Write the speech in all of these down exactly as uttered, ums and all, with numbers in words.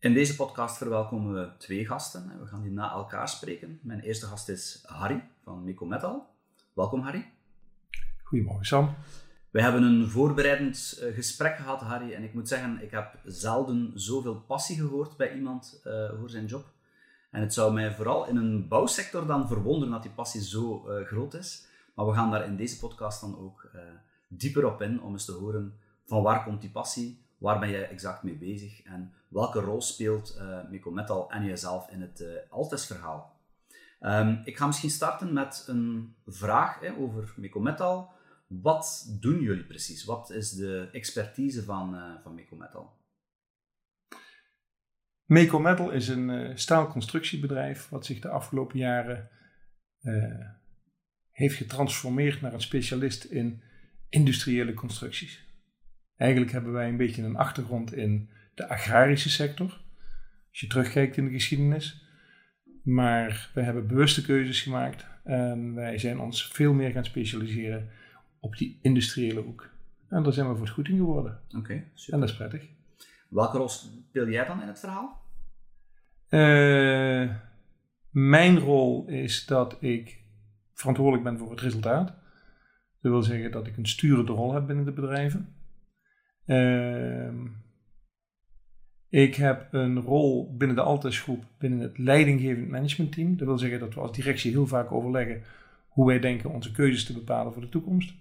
In deze podcast verwelkomen we twee gasten. We gaan die na elkaar spreken. Mijn eerste gast is Harry van Mecometal. Welkom Harry. Goedemorgen Sam. We hebben een voorbereidend gesprek gehad, Harry. En ik moet zeggen, ik heb zelden zoveel passie gehoord bij iemand uh, voor zijn job. En het zou mij vooral in een bouwsector dan verwonderen dat die passie zo uh, groot is. Maar we gaan daar in deze podcast dan ook uh, dieper op in om eens te horen van waar komt die passie, waar ben jij exact mee bezig en welke rol speelt uh, Mecometal en jezelf in het uh, Altes-verhaal. Um, ik ga misschien starten met een vraag hè, over Mecometal. Wat doen jullie precies? Wat is de expertise van, uh, van Mecometal? Mecometal is een uh, staalconstructiebedrijf wat zich de afgelopen jaren uh, heeft getransformeerd naar een specialist in industriële constructies. Eigenlijk hebben wij een beetje een achtergrond in de agrarische sector, als je terugkijkt in de geschiedenis. Maar we hebben bewuste keuzes gemaakt en wij zijn ons veel meer gaan specialiseren op die industriële hoek. En daar zijn we voor het goed in geworden. Oké, okay, super. En dat is prettig. Welke rol speel jij dan in het verhaal? Uh, mijn rol is dat ik verantwoordelijk ben voor het resultaat. Dat wil zeggen dat ik een sturende rol heb binnen de bedrijven. Uh, ik heb een rol binnen de Altes groep, binnen het leidinggevend managementteam. Dat wil zeggen dat we als directie heel vaak overleggen hoe wij denken onze keuzes te bepalen voor de toekomst.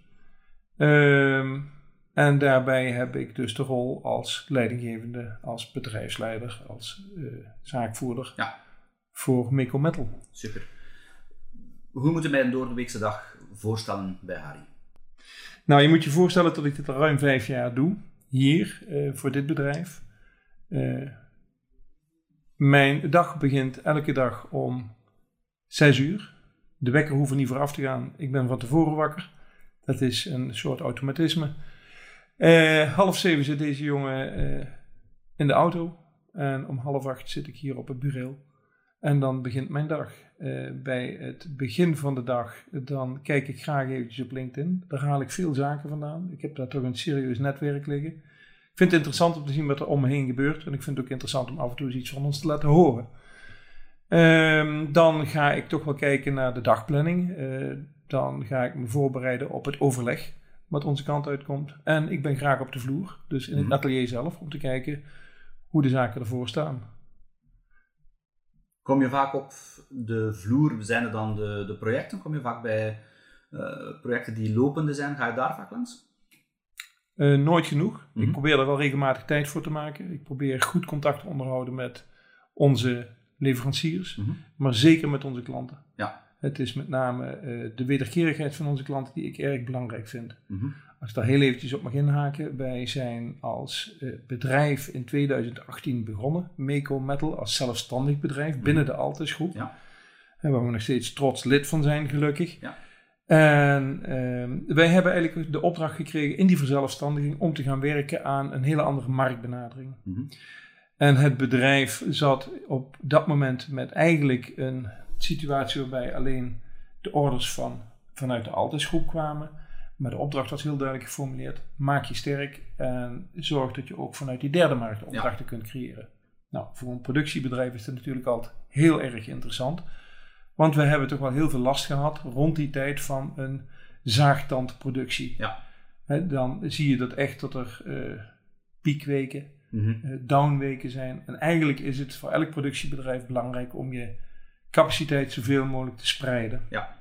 Uh, en daarbij heb ik dus de rol als leidinggevende, als bedrijfsleider, als uh, zaakvoerder ja. voor Mecometal. Super. Hoe moet je mij een doordeweekse dag voorstellen bij Harry? Nou, je moet je voorstellen dat ik dit al ruim vijf jaar doe, hier, uh, voor dit bedrijf. Uh, mijn dag begint elke dag om zes uur. De wekker hoeft er niet vooraf te gaan. Ik ben van tevoren wakker. Dat is een soort automatisme. Uh, half zeven zit deze jongen uh, in de auto. En om half acht zit ik hier op het bureau. En dan begint mijn dag. Uh, bij het begin van de dag, dan kijk ik graag eventjes op LinkedIn. Daar haal ik veel zaken vandaan. Ik heb daar toch een serieus netwerk liggen. Ik vind het interessant om te zien wat er om me heen gebeurt. En ik vind het ook interessant om af en toe eens iets van ons te laten horen. Uh, dan ga ik toch wel kijken naar de dagplanning. Uh, dan ga ik me voorbereiden op het overleg wat onze kant uitkomt. En ik ben graag op de vloer, dus in het mm-hmm. atelier zelf, om te kijken hoe de zaken ervoor staan. Kom je vaak op de vloer, zijn er dan de, de projecten? Kom je vaak bij uh, projecten die lopende zijn? Ga je daar vaak langs? Uh, nooit genoeg. Mm-hmm. Ik probeer er wel regelmatig tijd voor te maken. Ik probeer goed contact te onderhouden met onze leveranciers, mm-hmm. maar zeker met onze klanten. Ja. Het is met name uh, de wederkerigheid van onze klanten die ik erg belangrijk vind. Mm-hmm. Als ik daar heel eventjes op mag inhaken. Wij zijn als uh, bedrijf in tweeduizend achttien begonnen. Mecometal als zelfstandig bedrijf mm-hmm. binnen de Altes groep. Ja. En waar we nog steeds trots lid van zijn, gelukkig. Ja. En uh, wij hebben eigenlijk de opdracht gekregen in die verzelfstandiging om te gaan werken aan een hele andere marktbenadering. Mm-hmm. En het bedrijf zat op dat moment met eigenlijk een situatie waarbij alleen de orders van, vanuit de Altes groep kwamen. Maar de opdracht was heel duidelijk geformuleerd. Maak je sterk en zorg dat je ook vanuit die derde markt opdrachten ja. kunt creëren. Nou, voor een productiebedrijf is dat natuurlijk altijd heel erg interessant. Want we hebben toch wel heel veel last gehad rond die tijd van een zaagtandproductie. Ja. He, dan zie je dat echt dat er uh, piekweken, mm-hmm. uh, downweken zijn. En eigenlijk is het voor elk productiebedrijf belangrijk om je capaciteit zoveel mogelijk te spreiden. Ja.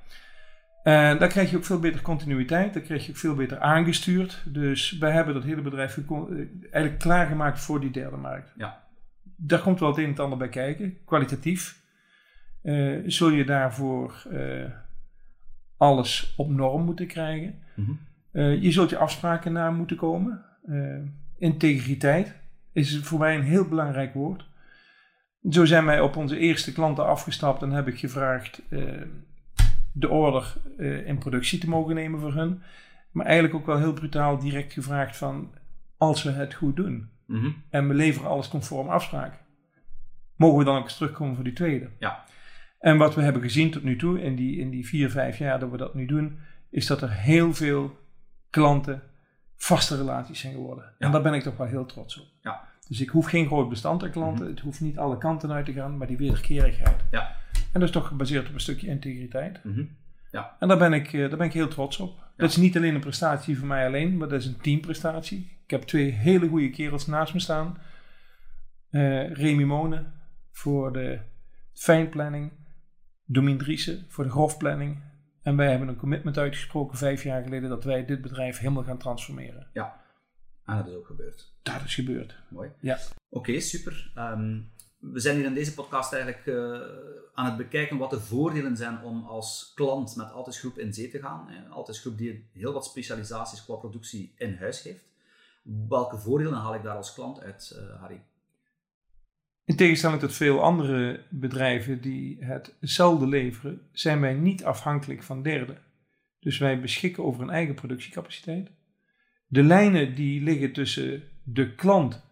En daar krijg je ook veel beter continuïteit, daar krijg je ook veel beter aangestuurd. Dus wij hebben dat hele bedrijf gecon- eigenlijk klaargemaakt voor die derde markt. Ja. Daar komt wel het een en het ander bij kijken, kwalitatief. Uh, zul je daarvoor uh, alles op norm moeten krijgen. Mm-hmm. Uh, je zult je afspraken na moeten komen. Uh, integriteit is voor mij een heel belangrijk woord. Zo zijn wij op onze eerste klanten afgestapt en heb ik gevraagd uh, de order uh, in productie te mogen nemen voor hun. Maar eigenlijk ook wel heel brutaal direct gevraagd van als we het goed doen mm-hmm. en we leveren alles conform afspraak, mogen we dan ook eens terugkomen voor die tweede. Ja. En wat we hebben gezien tot nu toe in die, in die vier, vijf jaar dat we dat nu doen, is dat er heel veel klanten vaste relaties zijn geworden. Ja. En daar ben ik toch wel heel trots op. Ja, Dus ik hoef geen groot bestand aan klanten. Mm-hmm. Het hoeft niet alle kanten uit te gaan, maar die wederkerigheid. Ja. En dat is toch gebaseerd op een stukje integriteit. Mm-hmm. Ja. En daar ben, ik, daar ben ik heel trots op. Ja. Dat is niet alleen een prestatie voor mij alleen, maar dat is een teamprestatie. Ik heb twee hele goede kerels naast me staan. Uh, Remy Monen voor de fijnplanning. Domien Driessen voor de grofplanning. En wij hebben een commitment uitgesproken vijf jaar geleden dat wij dit bedrijf helemaal gaan transformeren. Ja, en dat is ook gebeurd. Dat is gebeurd. Mooi. Ja. Oké, okay, super. Um, we zijn hier in deze podcast eigenlijk uh, aan het bekijken wat de voordelen zijn om als klant met Altis Groep in zee te gaan. Altis Groep die heel wat specialisaties qua productie in huis heeft. Welke voordelen haal ik daar als klant uit, uh, Harry? In tegenstelling tot veel andere bedrijven die hetzelfde leveren, zijn wij niet afhankelijk van derden. Dus wij beschikken over een eigen productiecapaciteit. De lijnen die liggen tussen de klant,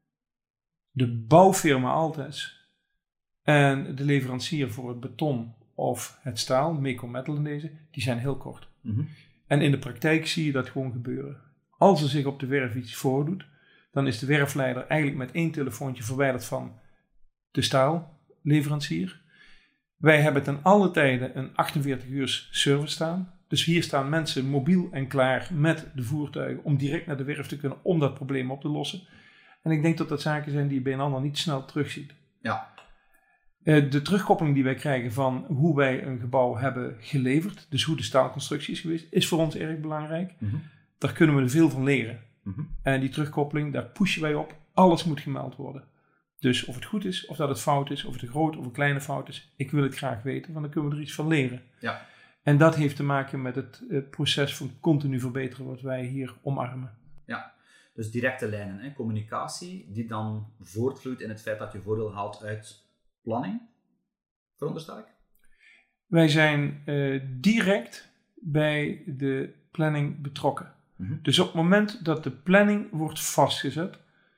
de bouwfirma Altis en de leverancier voor het beton of het staal, Meco Metal in deze, die zijn heel kort. Mm-hmm. En in de praktijk zie je dat gewoon gebeuren. Als er zich op de werf iets voordoet, dan is de werfleider eigenlijk met één telefoontje verwijderd van de staalleverancier. Wij hebben ten alle tijden een achtenveertig uur service staan. Dus hier staan mensen mobiel en klaar met de voertuigen om direct naar de werf te kunnen om dat probleem op te lossen. En ik denk dat dat zaken zijn die je bij een ander niet snel terugziet. Ja. De terugkoppeling die wij krijgen van hoe wij een gebouw hebben geleverd, dus hoe de staalconstructie is geweest, is voor ons erg belangrijk. Mm-hmm. Daar kunnen we er veel van leren. Mm-hmm. En die terugkoppeling, daar pushen wij op. Alles moet gemeld worden. Dus of het goed is, of dat het fout is, of het een groot of een kleine fout is. Ik wil het graag weten, want dan kunnen we er iets van leren. Ja. En dat heeft te maken met het uh, proces van continu verbeteren wat wij hier omarmen. Ja, dus directe lijnen, hè? Communicatie die dan voortvloeit in het feit dat je voordeel haalt uit planning, veronderstel ik? Wij zijn uh, direct bij de planning betrokken. Mm-hmm. Dus op het moment dat de planning wordt vastgezet,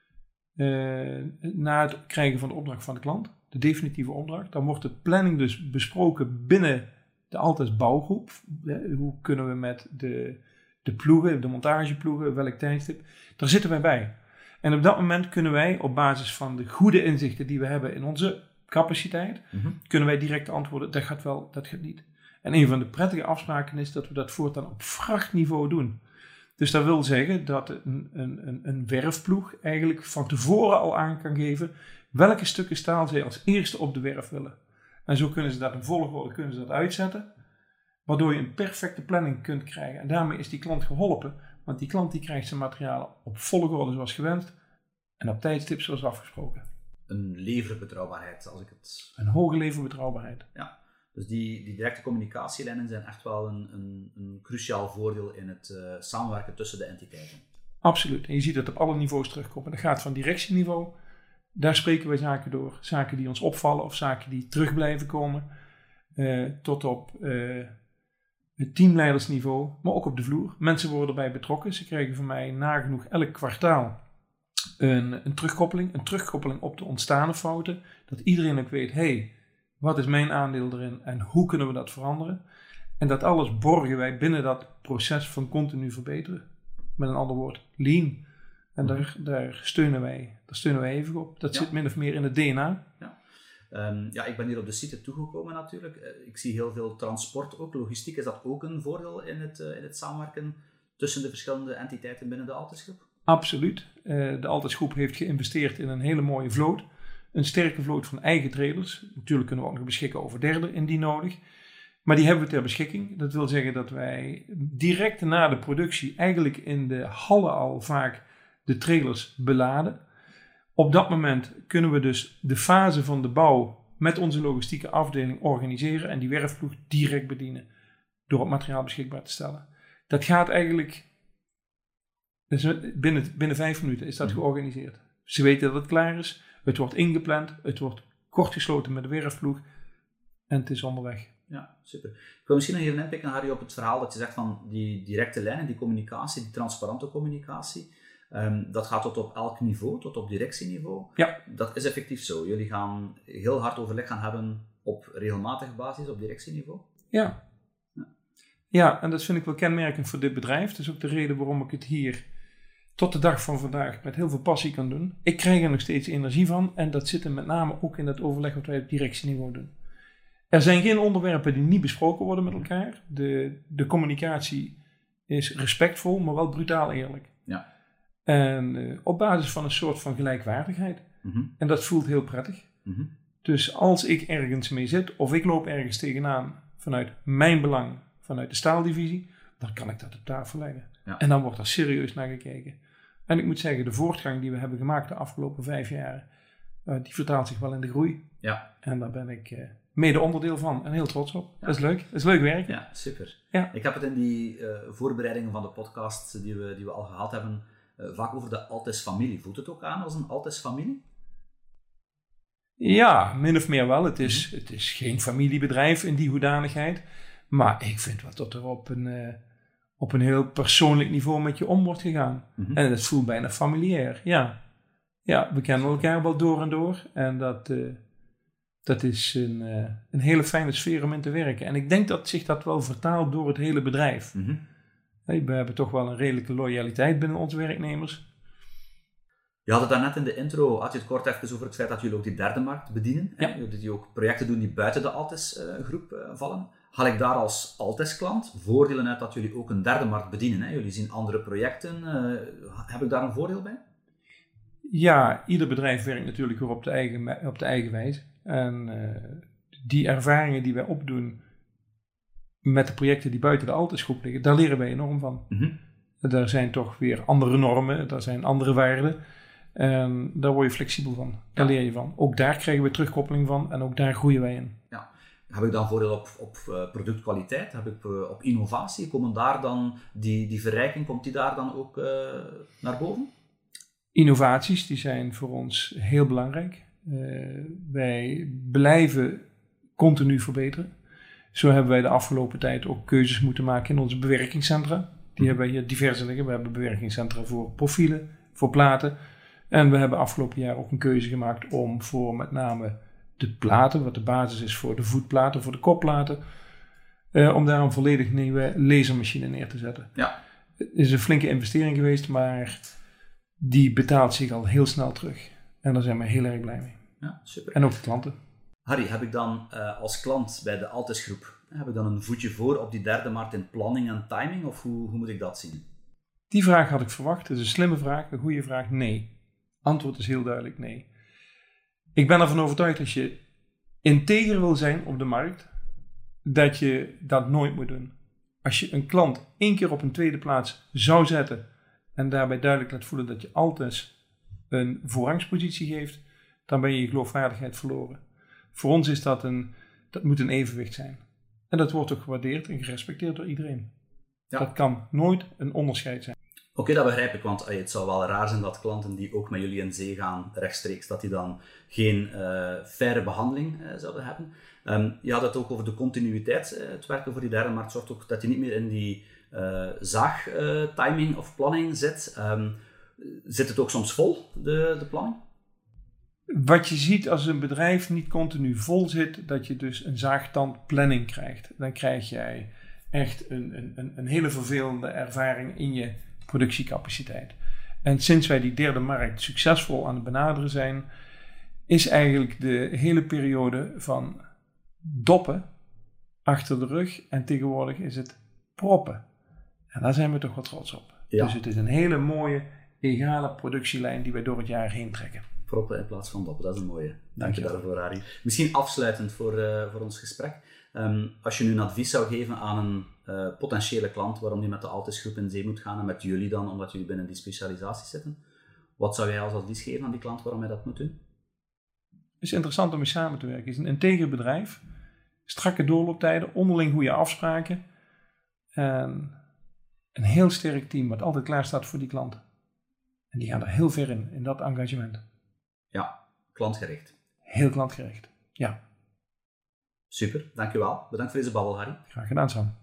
Uh, na het krijgen van de opdracht van de klant, de definitieve opdracht, dan wordt de planning dus besproken binnen de Altis bouwgroep. Uh, hoe kunnen we met de, de ploegen, de montageploegen, welk tijdstip, daar zitten wij bij. En op dat moment kunnen wij op basis van de goede inzichten die we hebben in onze capaciteit, mm-hmm. kunnen wij direct antwoorden, dat gaat wel, dat gaat niet. En een van de prettige afspraken is dat we dat voortaan op vrachtniveau doen. Dus dat wil zeggen dat een, een, een werfploeg eigenlijk van tevoren al aan kan geven welke stukken staal zij als eerste op de werf willen. En zo kunnen ze dat in volgorde kunnen ze dat uitzetten, waardoor je een perfecte planning kunt krijgen. En daarmee is die klant geholpen, want die klant die krijgt zijn materialen op volgorde zoals gewenst en op tijdstip zoals afgesproken. Een leverbetrouwbaarheid, als ik het... Een hoge leverbetrouwbaarheid. Ja. Dus die, die directe communicatielijnen zijn echt wel een, een, een cruciaal voordeel in het uh, samenwerken tussen de entiteiten. Absoluut. En je ziet dat op alle niveaus terugkomen. Dat gaat van directieniveau. Daar spreken wij zaken door. Zaken die ons opvallen of zaken die terug blijven komen. Uh, tot op uh, het teamleidersniveau, maar ook op de vloer. Mensen worden erbij betrokken. Ze krijgen van mij nagenoeg elk kwartaal een, een terugkoppeling. Een terugkoppeling op de ontstane fouten. Dat iedereen ook weet, hey, wat is mijn aandeel erin en hoe kunnen we dat veranderen? En dat alles borgen wij binnen dat proces van continu verbeteren. Met een ander woord, lean. En daar, daar, steunen, wij, daar steunen wij even op. Dat ja. zit min of meer in het D N A. Ja. Um, ja, ik ben hier op de site toegekomen natuurlijk. Uh, ik zie heel veel transport ook. Logistiek, is dat ook een voordeel in het, uh, in het samenwerken tussen de verschillende entiteiten binnen de Altis Groep? Absoluut. Uh, de Altis Groep heeft geïnvesteerd in een hele mooie vloot. Een sterke vloot van eigen trailers. Natuurlijk kunnen we ook nog beschikken over derden indien nodig. Maar die hebben we ter beschikking. Dat wil zeggen dat wij direct na de productie eigenlijk in de hallen al vaak de trailers beladen. Op dat moment kunnen we dus de fase van de bouw met onze logistieke afdeling organiseren en die werfploeg direct bedienen door het materiaal beschikbaar te stellen. Dat gaat eigenlijk binnen, binnen vijf minuten is dat georganiseerd. Ze weten dat het klaar is. Het wordt ingepland, het wordt kort gesloten met de werfploeg en het is onderweg. Ja, super. Ik wil misschien nog even inpikken, Harry, op het verhaal dat je zegt van die directe lijnen, die communicatie, die transparante communicatie. Um, dat gaat tot op elk niveau, tot op directieniveau. Ja. Dat is effectief zo. Jullie gaan heel hard overleg gaan hebben op regelmatige basis, op directieniveau. Ja. Ja, ja en dat vind ik wel kenmerkend voor dit bedrijf. Dat is ook de reden waarom ik het hier tot de dag van vandaag met heel veel passie kan doen. Ik krijg er nog steeds energie van en dat zit er met name ook in dat overleg wat wij op directieniveau doen. Er zijn geen onderwerpen die niet besproken worden met elkaar. De, de communicatie is respectvol, maar wel brutaal eerlijk. Ja. En uh, op basis van een soort van gelijkwaardigheid. Mm-hmm. En dat voelt heel prettig. Mm-hmm. Dus als ik ergens mee zit of ik loop ergens tegenaan vanuit mijn belang, vanuit de staaldivisie, dan kan ik dat op tafel leggen. Ja. En dan wordt er serieus naar gekeken. En ik moet zeggen, de voortgang die we hebben gemaakt de afgelopen vijf jaar, uh, die vertaalt zich wel in de groei. Ja. En daar ben ik uh, mede onderdeel van en heel trots op. Ja. Dat is leuk. Dat is leuk werk. Ja, super. Ja. Ik heb het in die uh, voorbereidingen van de podcast die we, die we al gehad hebben, uh, vaak over de Altes-familie. Voelt het ook aan als een Altes-familie? Ja, min of meer wel. Het is, het is geen familiebedrijf in die hoedanigheid. Maar ik vind wel dat er op een, uh, op een heel persoonlijk niveau met je om wordt gegaan. Mm-hmm. En het voelt bijna familiair. Ja, ja, we kennen elkaar wel door en door. En dat, uh, dat is een, uh, een hele fijne sfeer om in te werken. En ik denk dat zich dat wel vertaalt door het hele bedrijf. Mm-hmm. Hey, we hebben toch wel een redelijke loyaliteit binnen onze werknemers. Je had het daarnet in de intro, had je het kort even over het feit dat jullie ook die derde markt bedienen. Ja. Hè? Dat jullie ook projecten doen die buiten de Altes-groep uh, uh, vallen. Haal ik daar als Altes-klant voordelen uit dat jullie ook een derde markt bedienen? Hè? Jullie zien andere projecten. Uh, heb ik daar een voordeel bij? Ja, ieder bedrijf werkt natuurlijk weer op de eigen, op de eigen wijze. En uh, die ervaringen die wij opdoen met de projecten die buiten de Altes-groep liggen, daar leren wij enorm van. Mm-hmm. Er zijn toch weer andere normen, er zijn andere waarden. En daar word je flexibel van. Daar Ja. leer je van. Ook daar krijgen we terugkoppeling van en ook daar groeien wij in. Ja. Heb ik dan voordeel op, op uh, productkwaliteit? Heb ik uh, op innovatie? Komen daar dan die, die verrijking, komt die daar dan ook uh, naar boven? Innovaties die zijn voor ons heel belangrijk. Uh, wij blijven continu verbeteren. Zo hebben wij de afgelopen tijd ook keuzes moeten maken in onze bewerkingscentra. Die hebben wij hier diverse liggen. We hebben bewerkingscentra voor profielen, voor platen. En we hebben afgelopen jaar ook een keuze gemaakt om voor met name de platen, wat de basis is voor de voetplaten, voor de kopplaten, uh, om daar een volledig nieuwe lasermachine neer te zetten. Ja. Het is een flinke investering geweest, maar die betaalt zich al heel snel terug. En daar zijn we heel erg blij mee. Ja, super. En ook de klanten. Harry, heb ik dan uh, als klant bij de Altes-groep, heb ik dan een voetje voor op die derde markt in planning en timing, of hoe, hoe moet ik dat zien? Die vraag had ik verwacht. Het is een slimme vraag, een goede vraag. Nee. Antwoord is heel duidelijk nee. Ik ben ervan overtuigd als je integer wil zijn op de markt, dat je dat nooit moet doen. Als je een klant één keer op een tweede plaats zou zetten en daarbij duidelijk laat voelen dat je altijd een voorrangspositie geeft, dan ben je je geloofwaardigheid verloren. Voor ons is dat een, dat moet een evenwicht zijn. En dat wordt ook gewaardeerd en gerespecteerd door iedereen. Ja. Dat kan nooit een onderscheid zijn. Oké, okay, dat begrijp ik, want ay, het zou wel raar zijn dat klanten die ook met jullie in zee gaan rechtstreeks, dat die dan geen uh, faire behandeling uh, zouden hebben. Um, je had het ook over de continuïteit. Uh, het werken voor die derde markt zorgt ook dat je niet meer in die uh, zaag-timing uh, of planning zit. Um, zit het ook soms vol, de, de planning? Wat je ziet als een bedrijf niet continu vol zit, dat je dus een zaagtand planning krijgt. Dan krijg jij echt een, een, een hele vervelende ervaring in je productiecapaciteit. En sinds wij die derde markt succesvol aan het benaderen zijn, is eigenlijk de hele periode van doppen achter de rug en tegenwoordig is het proppen. En daar zijn we toch wel trots op. Ja. Dus het is een hele mooie, egale productielijn die wij door het jaar heen trekken. Proppen in plaats van doppen, dat is een mooie. Dank je daarvoor, Harry. Misschien afsluitend voor, uh, voor ons gesprek. Um, als je nu een advies zou geven aan een uh, potentiële klant waarom die met de Altes-groep in zee moet gaan en met jullie dan, omdat jullie binnen die specialisatie zitten, wat zou jij als advies geven aan die klant waarom hij dat moet doen? Het is interessant om mee samen te werken. Het is een integer bedrijf, strakke doorlooptijden, onderling goede afspraken en een heel sterk team wat altijd klaar staat voor die klanten. En die gaan er heel ver in, in dat engagement. Ja, klantgericht. Heel klantgericht, ja. Super, dankjewel. Bedankt voor deze babbel, Harry. Graag gedaan, Sam.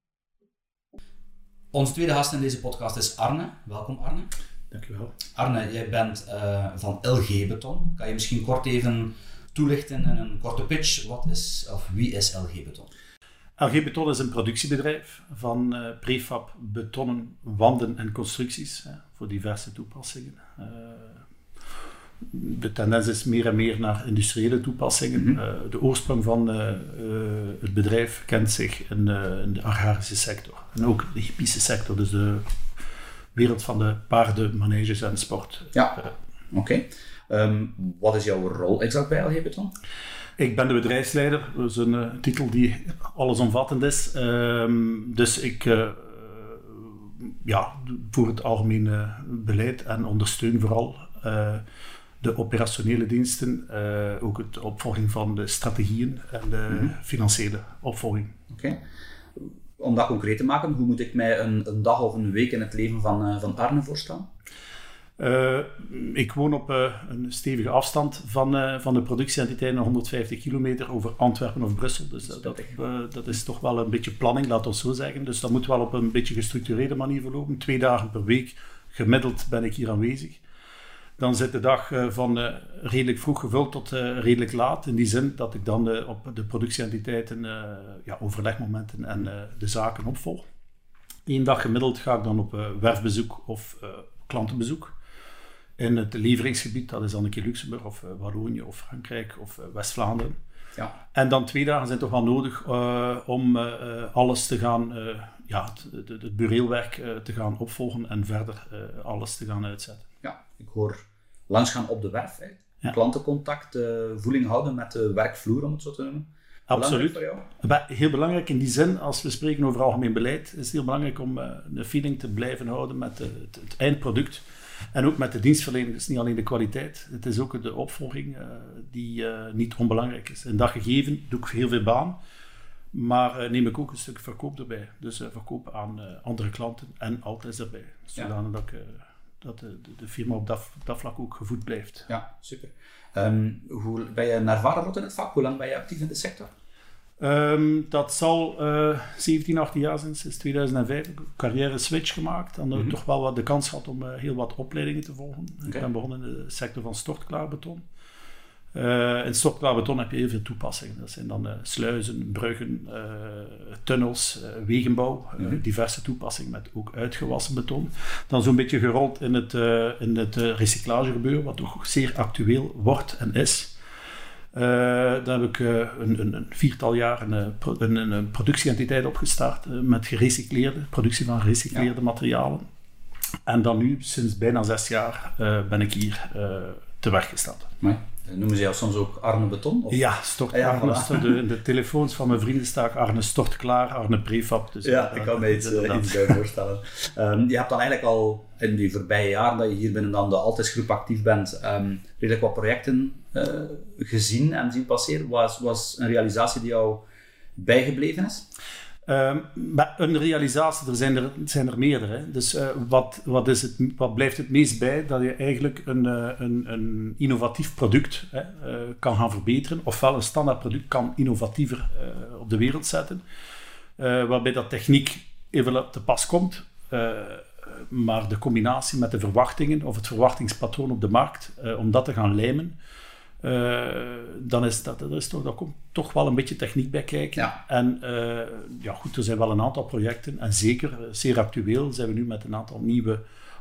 Onze tweede gast in deze podcast is Arne. Welkom, Arne. Dankjewel. Arne, jij bent uh, van L G Beton. Kan je misschien kort even toelichten in een korte pitch? Wat is, of wie is L G Beton? L G Beton is een productiebedrijf van uh, prefab betonnen wanden en constructies. Hè, voor diverse toepassingen. Uh, de tendens is meer en meer naar industriële toepassingen. Mm-hmm. Uh, de oorsprong van uh, uh, het bedrijf kent zich in, uh, in de agrarische sector. En ook de hippische sector, dus de wereld van de paarden, maneges en sport. Ja, uh, oké. Okay. Um, wat is jouw rol exact bij L G Beton? Ik ben de bedrijfsleider, dat is een uh, titel die allesomvattend is. Um, dus ik uh, ja, voer het algemene beleid en ondersteun vooral uh, de operationele diensten, uh, ook de opvolging van de strategieën en de mm-hmm. financiële opvolging. Oké. Okay. Om dat concreet te maken, hoe moet ik mij een, een dag of een week in het leven van, uh, van Arne voorstellen? Uh, ik woon op uh, een stevige afstand van, uh, van de productieentiteit, honderdvijftig kilometer over Antwerpen of Brussel. Dus dat, dat, uh, dat is toch wel een beetje planning, laat ons zo zeggen. Dus dat moet wel op een beetje gestructureerde manier verlopen. Twee dagen per week, gemiddeld ben ik hier aanwezig. Dan zit de dag uh, van uh, redelijk vroeg gevuld tot uh, redelijk laat. In die zin dat ik dan uh, op de productieentiteiten uh, ja, overlegmomenten en uh, de zaken opvolg. Eén dag gemiddeld ga ik dan op uh, werfbezoek of uh, klantenbezoek. In het leveringsgebied, dat is dan een keer Luxemburg of uh, Wallonië of Frankrijk of uh, West-Vlaanderen. Ja. En dan twee dagen zijn toch wel nodig uh, om uh, alles te gaan, uh, ja, het, het, het bureelwerk uh, te gaan opvolgen en verder uh, alles te gaan uitzetten. Ja, ik hoor langsgaan op de werf, hè. Ja. Klantencontact, uh, voeling houden met de werkvloer, om het zo te noemen. Absoluut. Heel belangrijk in die zin, als we spreken over algemeen beleid, is het heel belangrijk om uh, de feeling te blijven houden met uh, het, het eindproduct. En ook met de dienstverlening. Het is niet alleen de kwaliteit, het is ook de opvolging uh, die uh, niet onbelangrijk is. In dat gegeven doe ik heel veel baan, maar uh, neem ik ook een stuk verkoop erbij. Dus uh, verkoop aan uh, andere klanten en altijd erbij. Zodanig ja. dat, ik, uh, dat de, de firma op dat, op dat vlak ook gevoed blijft. Ja, super. Um, hoe, ben je een ervaren rot in het vak? Hoe lang ben je actief in de sector? Um, dat zal uh, zeventien, achttien jaar zijn, sinds tweeduizend vijf. Ik heb een carrière switch gemaakt. Dan mm-hmm. toch wel wat de kans gehad om uh, heel wat opleidingen te volgen. Okay. Ik ben begonnen in de sector van stortklaar beton. Uh, in stortklaar beton heb je heel veel toepassingen. Dat zijn dan uh, sluizen, bruggen, uh, tunnels, uh, wegenbouw. Mm-hmm. Uh, diverse toepassingen met ook uitgewassen beton. Dan zo'n beetje gerold in het, uh, in het uh, recyclagegebeuren, wat toch zeer actueel wordt en is. Uh, daar heb ik uh, een, een, een viertal jaar een, een, een, een productieentiteit opgestart uh, met gerecycleerde, productie van gerecycleerde ja. materialen. En dan nu, sinds bijna zes jaar, uh, ben ik hier uh, te werk gesteld. Nee. Noemen ze jou soms ook Arne Beton? Of? Ja, stort, ja, Arne, voilà. stort, de, in de telefoons van mijn vrienden sta ik Arne Stortklaar, Arne Prefab. Dus ja, uh, ik kan me iets, uh, iets bij voorstellen. Um, je hebt dan eigenlijk al in die voorbije jaren dat je hier binnen dan de Altis Groep actief bent, um, redelijk wat projecten uh, gezien en zien passeren. Was, was een realisatie die jou bijgebleven is? Um, maar een realisatie, er zijn er, zijn er meerdere. Hè. Dus uh, wat, wat, is het, wat blijft het meest bij? Dat je eigenlijk een, uh, een, een innovatief product hè, uh, kan gaan verbeteren. Ofwel een standaard product kan innovatiever uh, op de wereld zetten. Uh, waarbij dat techniek even te pas komt. Uh, maar de combinatie met de verwachtingen of het verwachtingspatroon op de markt, uh, om dat te gaan lijmen. Uh, dan is dat, dat is toch, daar komt toch wel een beetje techniek bij kijken. Ja. En uh, ja goed, er zijn wel een aantal projecten en zeker, uh, zeer actueel, zijn we nu met een aantal nieuwe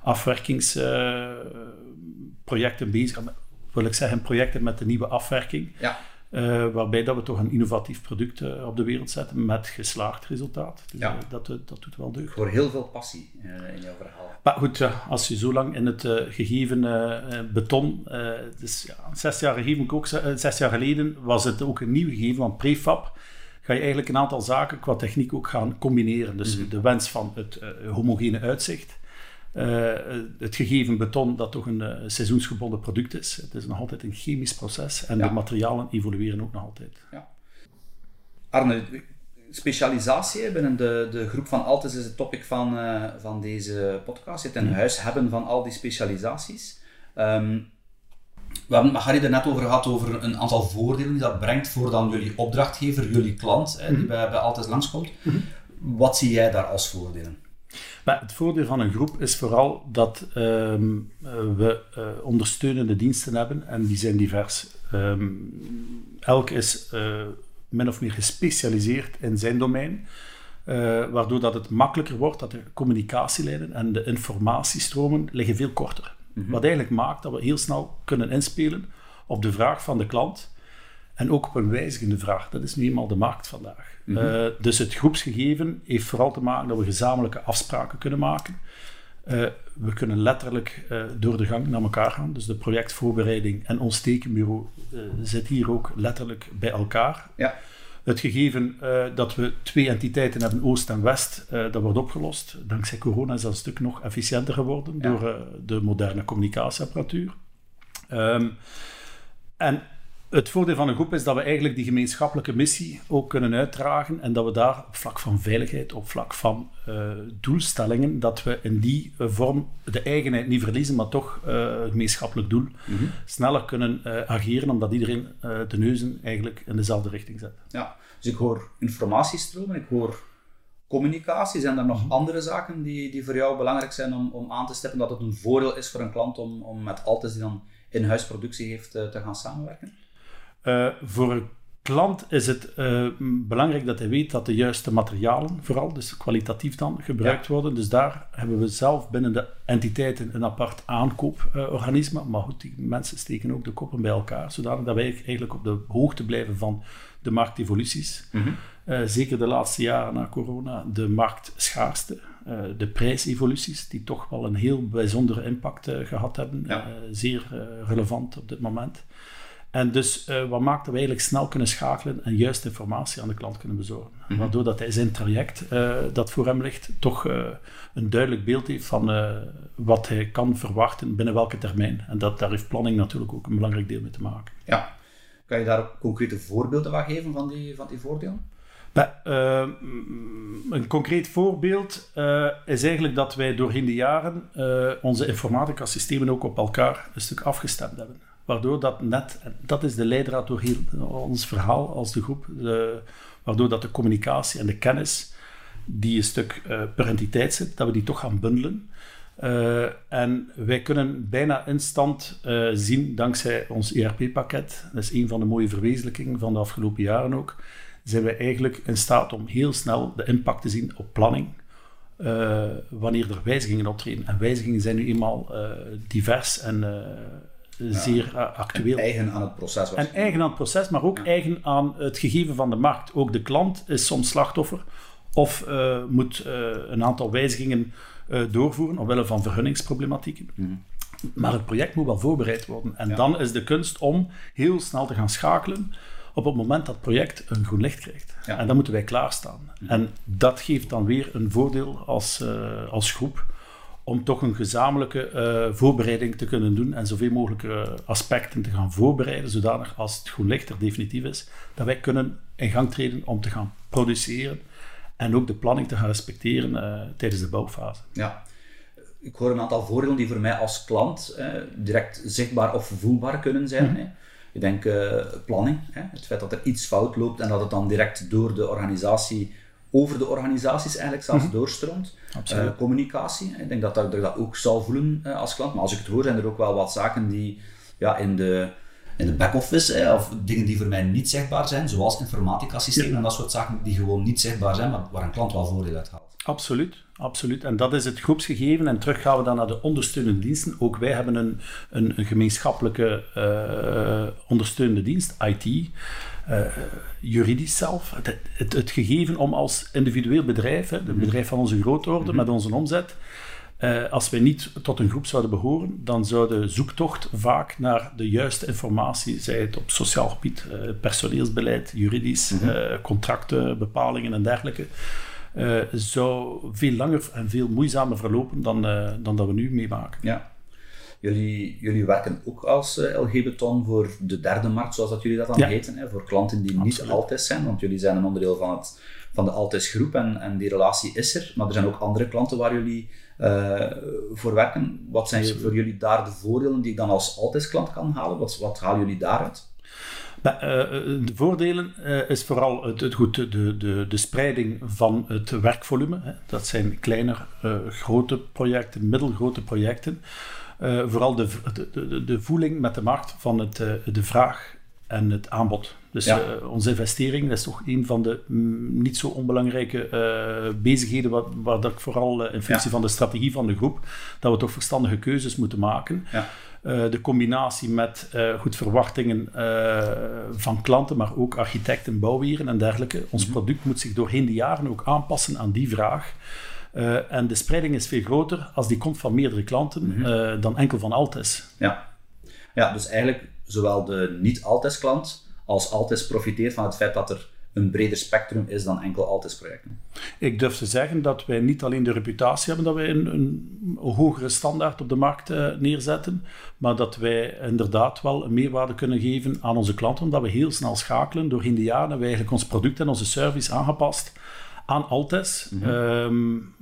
afwerkingsprojecten uh, bezig. Wil ik zeggen, projecten met de nieuwe afwerking. Ja. Uh, waarbij dat we toch een innovatief product uh, op de wereld zetten met geslaagd resultaat. Dus ja. uh, dat, uh, dat doet wel deugd. Ik hoor heel veel passie uh, in jouw verhaal. Maar goed, uh, als je zo lang in het uh, gegeven uh, beton... Uh, dus ja, zes jaar, gegeven, ook, uh, zes jaar geleden was het ook een nieuw gegeven, want prefab ga je eigenlijk een aantal zaken qua techniek ook gaan combineren. Dus mm-hmm. de wens van het uh, homogene uitzicht. Uh, het gegeven beton dat toch een uh, seizoensgebonden product is. Het is nog altijd een chemisch proces en ja. de materialen evolueren ook nog altijd. Ja. Arne, specialisatie binnen de, de groep van Altis is het topic van, uh, van deze podcast. Het in ja. huis hebben van al die specialisaties. Um, we hebben het er net over gehad over een aantal voordelen die dat brengt voor dan jullie opdrachtgever, jullie klant, hè, die bij, bij Altis langskomt. Mm-hmm. Wat zie jij daar als voordelen? Maar het voordeel van een groep is vooral dat um, we uh, ondersteunende diensten hebben en die zijn divers. Um, elk is uh, min of meer gespecialiseerd in zijn domein. Uh, waardoor dat het makkelijker wordt, dat de communicatielijnen en de informatiestromen liggen veel korter. Mm-hmm. Wat eigenlijk maakt dat we heel snel kunnen inspelen op de vraag van de klant en ook op een wijzigende vraag. Dat is nu eenmaal de markt vandaag. Mm-hmm. Uh, dus het groepsgegeven heeft vooral te maken dat we gezamenlijke afspraken kunnen maken. Uh, we kunnen letterlijk uh, door de gang naar elkaar gaan. Dus de projectvoorbereiding en ons tekenbureau uh, zit hier ook letterlijk bij elkaar. Ja. Het gegeven uh, dat we twee entiteiten hebben, Oost en West, uh, dat wordt opgelost. Dankzij corona is dat een stuk nog efficiënter geworden ja. door uh, de moderne communicatieapparatuur. Um, en het voordeel van een groep is dat we eigenlijk die gemeenschappelijke missie ook kunnen uitdragen en dat we daar op vlak van veiligheid, op vlak van uh, doelstellingen, dat we in die uh, vorm de eigenheid niet verliezen, maar toch uh, een gemeenschappelijk doel mm-hmm. sneller kunnen uh, ageren, omdat iedereen uh, de neuzen eigenlijk in dezelfde richting zet. Ja, dus ik hoor informatiestromen, ik hoor communicatie. Zijn er nog mm-hmm. andere zaken die, die voor jou belangrijk zijn om, om aan te stippen dat het een voordeel is voor een klant om, om met Altis die dan in-huis productie heeft uh, te gaan samenwerken? Uh, voor een klant is het uh, belangrijk dat hij weet dat de juiste materialen, vooral, dus kwalitatief dan, gebruikt ja. worden. Dus daar hebben we zelf binnen de entiteiten een apart aankooporganisme. Uh, maar goed, die mensen steken ook de koppen bij elkaar, zodat wij eigenlijk op de hoogte blijven van de marktevoluties. Mm-hmm. Uh, zeker de laatste jaren na corona, de marktschaarste, uh, de prijsevoluties, die toch wel een heel bijzondere impact uh, gehad hebben. Ja. Uh, zeer uh, relevant op dit moment. En dus uh, wat maakt dat we eigenlijk snel kunnen schakelen en juiste informatie aan de klant kunnen bezorgen. Mm-hmm. Waardoor dat hij zijn traject uh, dat voor hem ligt toch uh, een duidelijk beeld heeft van uh, wat hij kan verwachten binnen welke termijn. En dat, daar heeft planning natuurlijk ook een belangrijk deel mee te maken. Ja. Kan je daar ook concrete voorbeelden van geven van die, van die voordelen? Bij, uh, een concreet voorbeeld uh, is eigenlijk dat wij doorheen de jaren uh, onze informatica-systemen ook op elkaar een stuk afgestemd hebben. Waardoor dat net, dat is de leidraad door heel ons verhaal als de groep, de, waardoor dat de communicatie en de kennis die een stuk uh, per entiteit zit, dat we die toch gaan bundelen. Uh, en wij kunnen bijna instant uh, zien, dankzij ons E R P-pakket, dat is een van de mooie verwezenlijkingen van de afgelopen jaren ook, zijn wij eigenlijk in staat om heel snel de impact te zien op planning, uh, wanneer er wijzigingen optreden. En wijzigingen zijn nu eenmaal uh, divers en uh, ja, zeer uh, actueel. En eigen aan het proces. En eigen aan het proces, maar ook ja. eigen aan het gegeven van de markt. Ook de klant is soms slachtoffer of uh, moet uh, een aantal wijzigingen uh, doorvoeren, omwille van vergunningsproblematieken. Mm. Maar het project moet wel voorbereid worden. En ja. dan is de kunst om heel snel te gaan schakelen op het moment dat het project een groen licht krijgt. Ja. En dan moeten wij klaarstaan. Mm. En dat geeft dan weer een voordeel als, uh, als groep om toch een gezamenlijke uh, voorbereiding te kunnen doen en zoveel mogelijk uh, aspecten te gaan voorbereiden, zodanig als het groen licht er definitief is, dat wij kunnen in gang treden om te gaan produceren en ook de planning te gaan respecteren uh, tijdens de bouwfase. Ja. Ik hoor een aantal voordelen die voor mij als klant eh, direct zichtbaar of voelbaar kunnen zijn. Mm-hmm. Hè. Ik denk uh, planning, hè. Het feit dat er iets fout loopt en dat het dan direct door de organisatie, over de organisaties eigenlijk zelfs mm-hmm. doorstroomt. Uh, communicatie, ik denk dat, dat ik dat ook zal voelen uh, als klant. Maar als ik het hoor, zijn er ook wel wat zaken die ja, in de, in de back-office, eh, of dingen die voor mij niet zichtbaar zijn, zoals informatica-systemen ja. en dat soort zaken die gewoon niet zichtbaar zijn, maar waar een klant wel voordeel uit haalt. Absoluut, absoluut. En dat is het groepsgegeven. En terug gaan we dan naar de ondersteunende diensten. Ook wij hebben een, een, een gemeenschappelijke uh, ondersteunende dienst, I T, uh, juridisch zelf. Het, het, het gegeven om als individueel bedrijf, hè, het bedrijf van onze grootorde, mm-hmm. met onze omzet, uh, als wij niet tot een groep zouden behoren, dan zou de zoektocht vaak naar de juiste informatie, zij het op sociaal gebied, uh, personeelsbeleid, juridisch, mm-hmm. uh, contracten, bepalingen en dergelijke, Uh, zou veel langer en veel moeizamer verlopen dan, uh, dan dat we nu meemaken. Ja. Jullie, jullie werken ook als uh, L G Beton voor de derde markt, zoals dat jullie dat dan ja. heten, hè, voor klanten die Absoluut. niet Altis zijn, want jullie zijn een onderdeel van, het, van de Altis groep en, en die relatie is er, maar er zijn ook andere klanten waar jullie uh, voor werken. Wat zijn Absoluut. voor jullie daar de voordelen die ik dan als Altis klant kan halen? Wat, wat halen jullie daaruit? De voordelen uh, is vooral het, het goed, de, de, de spreiding van het werkvolume. Hè. Dat zijn kleine, uh, grote projecten, middelgrote projecten. Uh, vooral de, de, de, de voeling met de markt van het, uh, de vraag en het aanbod. Dus ja. uh, onze investering, dat is toch een van de mm, niet zo onbelangrijke uh, bezigheden waar, waar dat ik vooral uh, in functie ja. van de strategie van de groep, dat we toch verstandige keuzes moeten maken. Ja. Uh, de combinatie met uh, goed verwachtingen uh, van klanten, maar ook architecten, bouwheren en dergelijke. Ons mm-hmm. product moet zich doorheen de jaren ook aanpassen aan die vraag. Uh, en de spreiding is veel groter als die komt van meerdere klanten mm-hmm. uh, dan enkel van Altes. Ja. ja, dus eigenlijk zowel de niet-Altes-klant als Altes profiteert van het feit dat er een breder spectrum is dan enkel Altes-projecten. Ik durf te zeggen dat wij niet alleen de reputatie hebben dat wij een, een hogere standaard op de markt uh, neerzetten, maar dat wij inderdaad wel een meerwaarde kunnen geven aan onze klanten, omdat we heel snel schakelen. Doorheen de jaren hebben we eigenlijk ons product en onze service aangepast aan Altes. Mm-hmm. Um,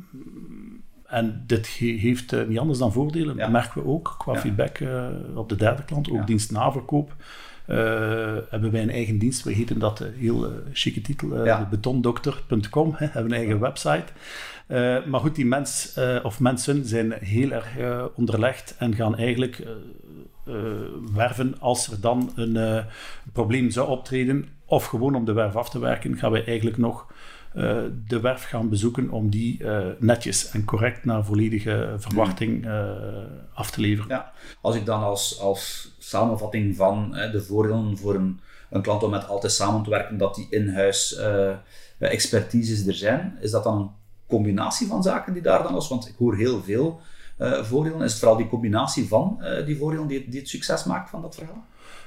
en dit ge- heeft uh, niet anders dan voordelen. Ja. Dat merken we ook qua ja. feedback uh, op de derde klant, ook ja. dienst naverkoop. Uh, hebben wij een eigen dienst, we heten dat uh, heel uh, chique titel, uh, ja. betondokter punt com, hè, hebben een eigen ja. website. Uh, maar goed, die mens uh, of mensen zijn heel erg uh, onderlegd en gaan eigenlijk uh, uh, werven als er dan een uh, probleem zou optreden, of gewoon om de werf af te werken, gaan wij eigenlijk nog uh, de werf gaan bezoeken om die uh, netjes en correct naar volledige verwachting uh, af te leveren. Ja. Als ik dan als, als samenvatting van hè, de voordelen voor een, een klant om met Altes samen te werken, dat die in-huis uh, expertises er zijn, is dat dan een combinatie van zaken die daar dan is? Want ik hoor heel veel uh, voordelen. Is het vooral die combinatie van uh, die voordelen die, die het succes maakt van dat verhaal?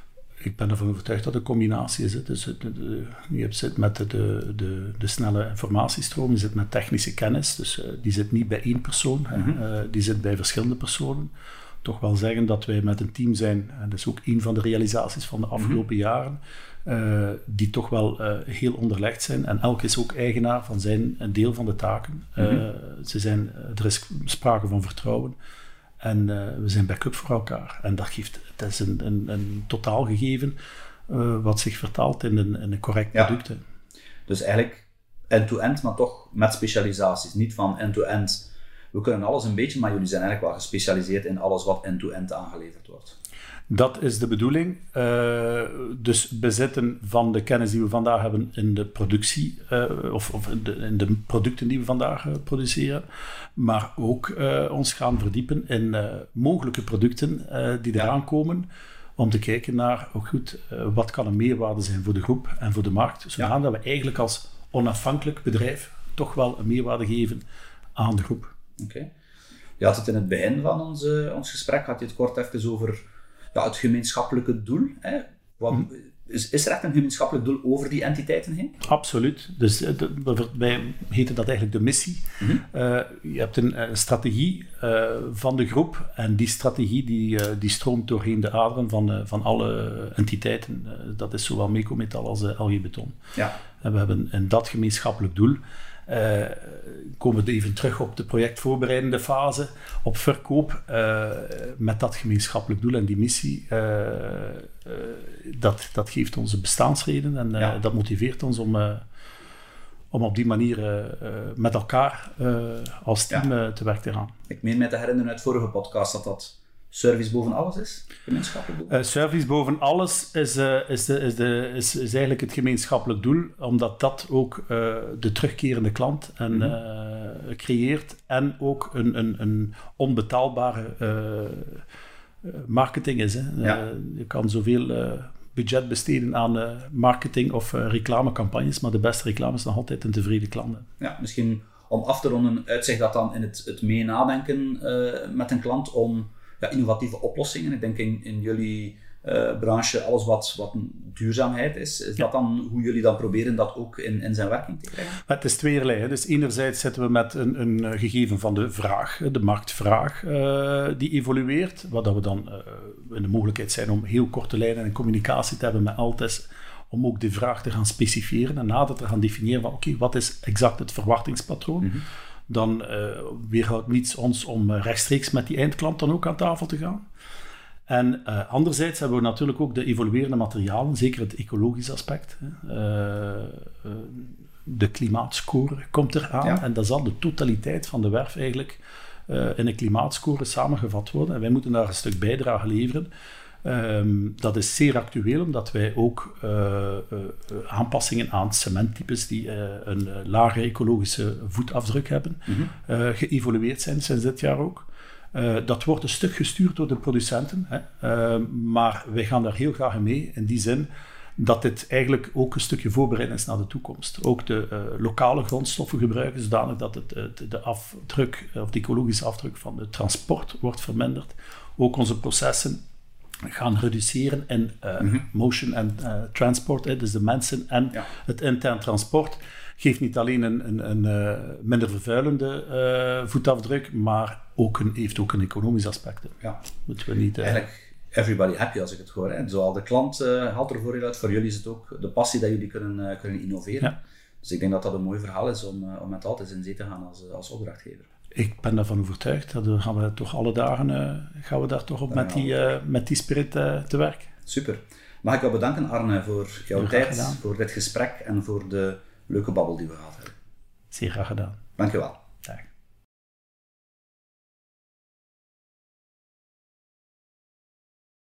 Ik ben ervan overtuigd dat het een combinatie is. Dus het, de, je zit met de, de, de snelle informatiestroom, je zit met technische kennis, dus uh, die zit niet bij één persoon, mm-hmm. uh, die zit bij verschillende personen. Toch wel zeggen dat wij met een team zijn, en dat is ook een van de realisaties van de afgelopen mm-hmm. jaren, uh, die toch wel uh, heel onderlegd zijn. En elk is ook eigenaar van zijn een deel van de taken. Mm-hmm. Uh, ze zijn, er is sprake van vertrouwen. En uh, we zijn backup voor elkaar. En dat geeft, het is een, een, een totaal gegeven uh, wat zich vertaalt in een, in een correct product. Ja. Dus eigenlijk end-to-end, maar toch met specialisaties. Niet van end-to-end. We kunnen alles een beetje, maar jullie zijn eigenlijk wel gespecialiseerd in alles wat end-to-end aangeleverd wordt. Dat is de bedoeling. Uh, dus bezitten van de kennis die we vandaag hebben in de productie, uh, of, of in, de, in de producten die we vandaag uh, produceren, maar ook uh, ons gaan verdiepen in uh, mogelijke producten uh, die eraan ja. komen, om te kijken naar, ook goed, uh, wat kan een meerwaarde zijn voor de groep en voor de markt, zodat ja. we eigenlijk als onafhankelijk bedrijf toch wel een meerwaarde geven aan de groep. Oké. Okay. Je had het in het begin van onze, ons gesprek, had je het kort even over ja, het gemeenschappelijke doel. Hè? Wat, mm. is, is er echt een gemeenschappelijk doel over die entiteiten heen? Absoluut. Dus de, wij heten dat eigenlijk de missie. Mm-hmm. Uh, je hebt een, een strategie uh, van de groep en die strategie die, uh, die stroomt doorheen de aderen van, uh, van alle entiteiten. Uh, dat is zowel Mecometal als uh, L G Beton. Ja. En we hebben in dat gemeenschappelijk doel Uh, komen we even terug op de projectvoorbereidende fase, op verkoop, uh, met dat gemeenschappelijk doel en die missie. Uh, uh, dat, dat geeft ons een bestaansreden en uh, ja. dat motiveert ons om, uh, om op die manier uh, uh, met elkaar uh, als team ja. uh, te werk te gaan. Ik meen mij te herinneren uit vorige podcast dat dat service boven alles is, gemeenschappelijk doel? Uh, service boven alles is, uh, is, de, is, de, is, is eigenlijk het gemeenschappelijk doel, omdat dat ook uh, de terugkerende klant en, mm-hmm. uh, creëert en ook een, een, een onbetaalbare uh, marketing is. Hè. Ja. Uh, je kan zoveel uh, budget besteden aan uh, marketing of uh, reclamecampagnes, maar de beste reclame is nog altijd een tevreden klant. Ja, misschien om af te ronden, uitzicht dat dan in het, het mee nadenken uh, met een klant om ja, innovatieve oplossingen. Ik denk in, in jullie uh, branche alles wat, wat duurzaamheid is. Is ja. dat dan hoe jullie dan proberen dat ook in, in zijn werking te krijgen? Het is tweerlei. Hè. Dus enerzijds zitten we met een, een gegeven van de vraag, de marktvraag, uh, die evolueert. Wat dat we dan uh, in de mogelijkheid zijn om heel korte lijnen en communicatie te hebben met Altes, om ook de vraag te gaan specifieren en nader te gaan definiëren van oké, okay, wat is exact het verwachtingspatroon? Mm-hmm. Dan uh, weerhoudt niets ons om rechtstreeks met die eindklant dan ook aan tafel te gaan. En uh, anderzijds hebben we natuurlijk ook de evoluerende materialen, zeker het ecologisch aspect. Uh, uh, de klimaatscore komt eraan ja. en dat zal de totaliteit van de werf eigenlijk uh, in een klimaatscore samengevat worden. En wij moeten daar een stuk bijdrage leveren. Um, dat is zeer actueel, omdat wij ook uh, uh, aanpassingen aan cementtypes die uh, een uh, lage ecologische voetafdruk hebben, mm-hmm. uh, geëvolueerd zijn sinds dit jaar ook. Uh, dat wordt een stuk gestuurd door de producenten, hè. Uh, maar wij gaan daar heel graag in mee, in die zin dat dit eigenlijk ook een stukje voorbereiding is naar de toekomst. Ook de uh, lokale grondstoffen gebruiken, zodanig dat het, uh, de afdruk, of de ecologische afdruk van het transport wordt verminderd. Ook onze processen gaan reduceren in uh, mm-hmm. motion en uh, transport, hè, dus de mensen en ja. het intern transport. Geeft niet alleen een, een, een uh, minder vervuilende uh, voetafdruk, maar ook een, heeft ook een economisch aspect. Ja. Moeten we niet... Uh, Eigenlijk, everybody happy als ik het hoor. Hè. Zowel de klant uh, haalt er voordeel uit, voor jullie is het ook de passie dat jullie kunnen, uh, kunnen innoveren. Ja. Dus ik denk dat dat een mooi verhaal is om, uh, om met altijd in zee te gaan als, als opdrachtgever. Ik ben daarvan overtuigd. Dat gaan we toch alle dagen uh, gaan we daar toch op met die, uh, met die spirit uh, te werk. Super. Mag ik jou bedanken, Arne, voor jouw Heel tijd, voor dit gesprek en voor de leuke babbel die we gehad hebben. Zeer graag gedaan. Dank je wel.